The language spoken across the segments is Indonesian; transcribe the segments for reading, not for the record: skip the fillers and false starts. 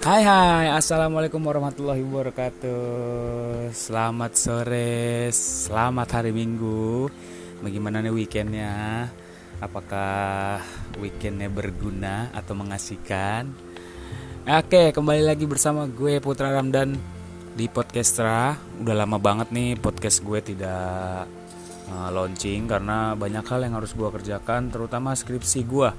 Hai, assalamualaikum warahmatullahi wabarakatuh. Selamat sore, selamat hari Minggu. Bagaimana nih weekendnya? Apakah weekendnya berguna atau mengasihkan? Oke, kembali lagi bersama gue Putra Ramdan di Podcastra. Udah lama banget nih podcast gue tidak launching karena banyak hal yang harus gue kerjakan, terutama skripsi gue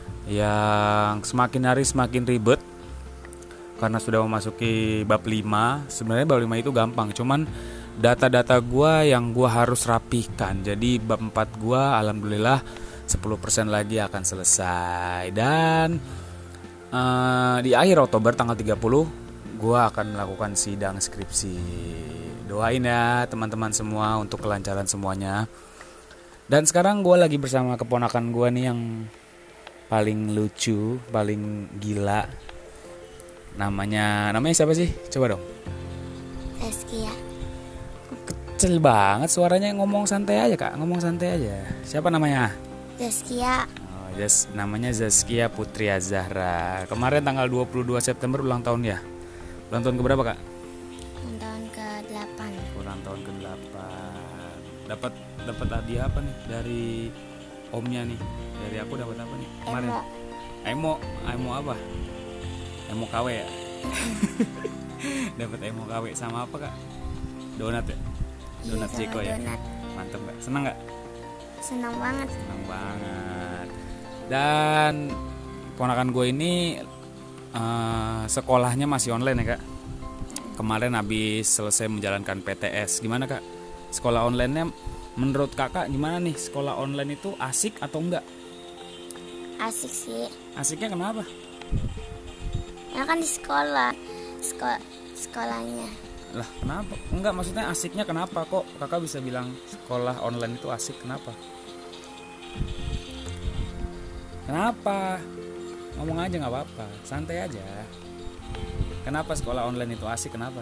yang semakin hari semakin ribet. Karena sudah memasuki bab 5. Sebenarnya bab 5 itu gampang, cuman data-data gue yang gue harus rapihkan. Jadi bab 4 gue alhamdulillah 10% lagi akan selesai. Dan di akhir Oktober tanggal 30 gue akan melakukan sidang skripsi. Doain ya teman-teman semua untuk kelancaran semuanya. Dan sekarang gue lagi bersama keponakan gue nih yang paling lucu, paling gila. Namanya siapa sih? Coba dong. Zaskia. Kecil banget suaranya, ngomong santai aja kak, ngomong santai aja. Siapa namanya? Zaskia. Namanya Zaskia Putria Zahra. Kemarin tanggal 22 September ulang tahun ya? Ulang tahun keberapa kak? Ulang tahun ke-8. Ulang tahun ke-8. Dapat hadiah apa nih dari omnya nih? Dari aku dapat apa nih kemarin? Emo apa? Emo KW ya? Dapat emo KW sama apa kak? Donat ya? Donat Iya, Ceko ya? donat. Mantep gak? Senang gak? Senang banget. Senang banget. Dan ponakan gue ini sekolahnya masih online ya kak? Kemarin habis selesai menjalankan PTS. Gimana kak? Sekolah online-nya menurut kakak gimana nih? Sekolah online itu asik atau enggak? Asik sih. Asiknya kenapa? Ya kan di sekolahnya. Lah kenapa? Enggak, maksudnya asiknya kenapa kok kakak bisa bilang sekolah online itu asik, kenapa? Kenapa? Ngomong aja gak apa-apa, santai aja. Kenapa sekolah online itu asik, kenapa?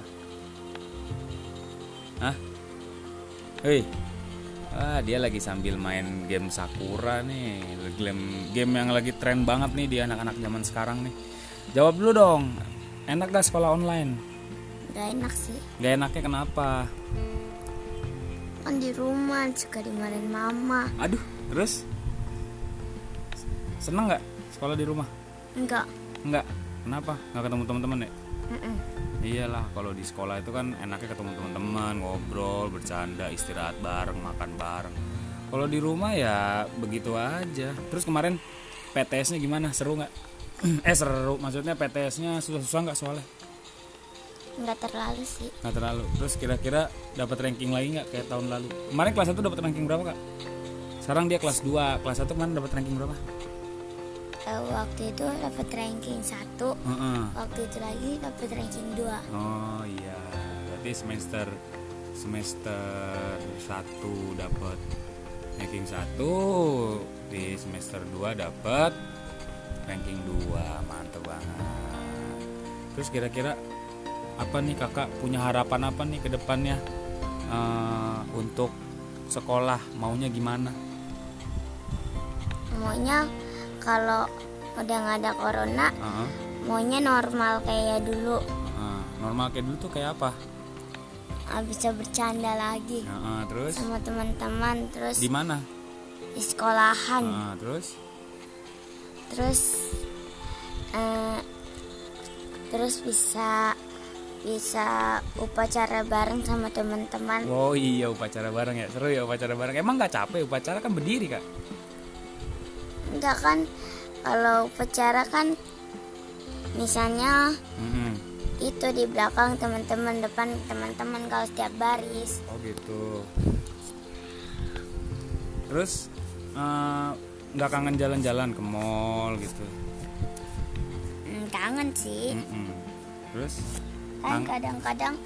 Hah? Hei, dia lagi sambil main game Sakura nih. Game yang lagi tren banget nih di anak-anak zaman sekarang nih. Jawab dulu dong, enak gak sekolah online? Gak enak sih. Gak enaknya kenapa? Kan di rumah suka dimarahin mama. Aduh, terus? Seneng gak sekolah di rumah? Enggak. Enggak, kenapa? Gak ketemu teman-teman ya? Mm-mm. Iyalah, kalau di sekolah itu kan enaknya ketemu teman-teman, ngobrol, bercanda, istirahat bareng, makan bareng. Kalau di rumah ya begitu aja. Terus kemarin PTS-nya gimana? Seru gak? Seru, maksudnya PTS-nya susah-susah gak soalnya? Enggak terlalu sih. Gak terlalu. Terus kira-kira dapat ranking lagi gak kayak tahun lalu? Kemarin kelas 1 dapat ranking berapa kak? Sekarang dia kelas 2. Kelas 1 kemarin dapat ranking berapa? Waktu itu dapat ranking 1. Waktu itu lagi dapat ranking 2. Oh iya, berarti semester 1 dapat ranking 1, di semester 2 dapat ranking 2. Mantap banget. Terus kira-kira apa nih kakak, punya harapan apa nih ke depannya untuk sekolah, maunya gimana? Maunya kalau udah gak ada corona, maunya normal kayak dulu. Normal kayak dulu tuh kayak apa? Bisa bercanda lagi Terus sama teman-teman. Terus di mana? di sekolahan. Terus bisa upacara bareng sama teman-teman. Oh iya, upacara bareng ya, seru ya upacara bareng. Emang nggak capek upacara kan berdiri kak? Enggak kan, kalau upacara kan misalnya itu di belakang teman-teman, depan teman-teman kalau setiap baris. Oh gitu. Terus nggak kangen jalan-jalan ke mall gitu? Kangen sih. Terus Kan kadang-kadang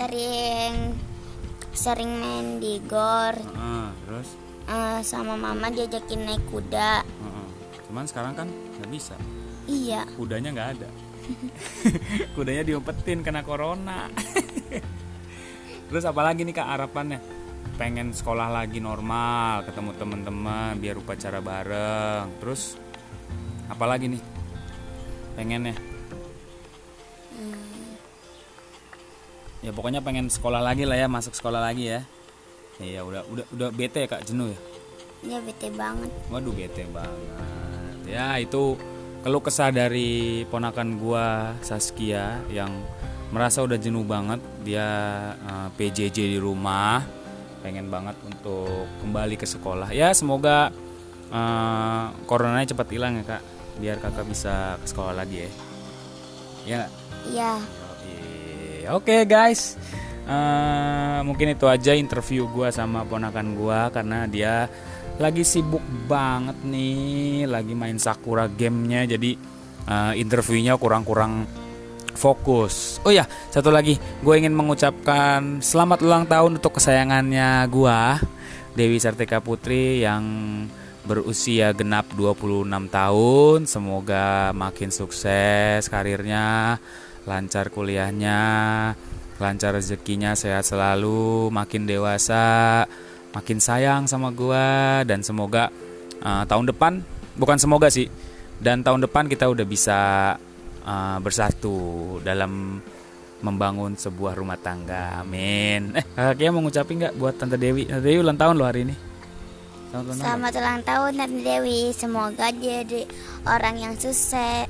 sering main di gor. Terus sama mama diajakin naik kuda. Cuman sekarang kan nggak bisa. Iya. Kudanya nggak ada. Kudanya diumpetin kena corona. Terus apalagi nih kak harapannya? Pengen sekolah lagi normal, ketemu teman-teman, biar upacara bareng. Terus apalagi nih pengennya? Ya pokoknya pengen sekolah lagi lah ya, masuk sekolah lagi ya. Iya, udah bete ya Kak, jenuh ya? Ya bete banget. Waduh, bete banget. Ya itu keluh kesah dari ponakan gua Saskia yang merasa udah jenuh banget. Dia PJJ di rumah, pengen banget untuk kembali ke sekolah. Ya semoga coronanya cepat hilang ya Kak, biar kakak bisa ke sekolah lagi ya. Ya nggak? Iya. Oke guys, mungkin itu aja interview gue sama ponakan gue, karena dia lagi sibuk banget nih, lagi main Sakura gamenya, jadi interviewnya kurang fokus. Oh ya, satu lagi, gue ingin mengucapkan selamat ulang tahun untuk kesayangannya gue, Dewi Sartika Putri yang berusia genap 26 tahun. Semoga makin sukses karirnya, lancar kuliahnya, lancar rezekinya, sehat selalu, makin dewasa, makin sayang sama gua, dan semoga tahun depan, bukan semoga sih, dan tahun depan kita udah bisa bersatu dalam membangun sebuah rumah tangga. Amin. Kakaknya mau ngucapin nggak buat Tante Dewi? Tante Dewi ulang tahun loh hari ini. Selamat ulang tahun Tante Dewi. Semoga jadi orang yang sukses.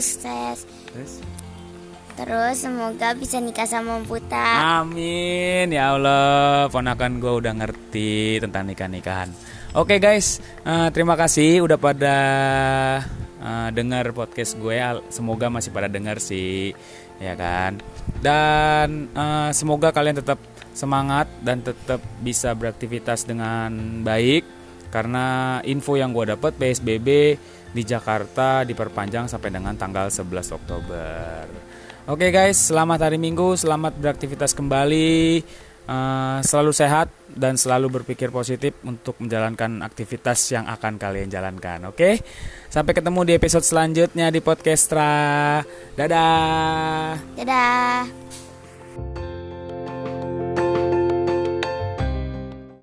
Terus semoga bisa nikah sama Om Puta. Amin. Ya Allah, ponakan gue udah ngerti tentang nikah-nikahan. Oke guys, terima kasih udah pada dengar podcast gue. Semoga masih pada dengar sih, ya kan. Dan semoga kalian tetap semangat dan tetap bisa beraktivitas dengan baik, karena info yang gue dapat PSBB di Jakarta diperpanjang sampai dengan tanggal 11 Oktober. Oke guys, selamat hari Minggu, selamat beraktivitas kembali, selalu sehat dan selalu berpikir positif untuk menjalankan aktivitas yang akan kalian jalankan. Oke, sampai ketemu di episode selanjutnya di Podcastra. Dadah. Dadah.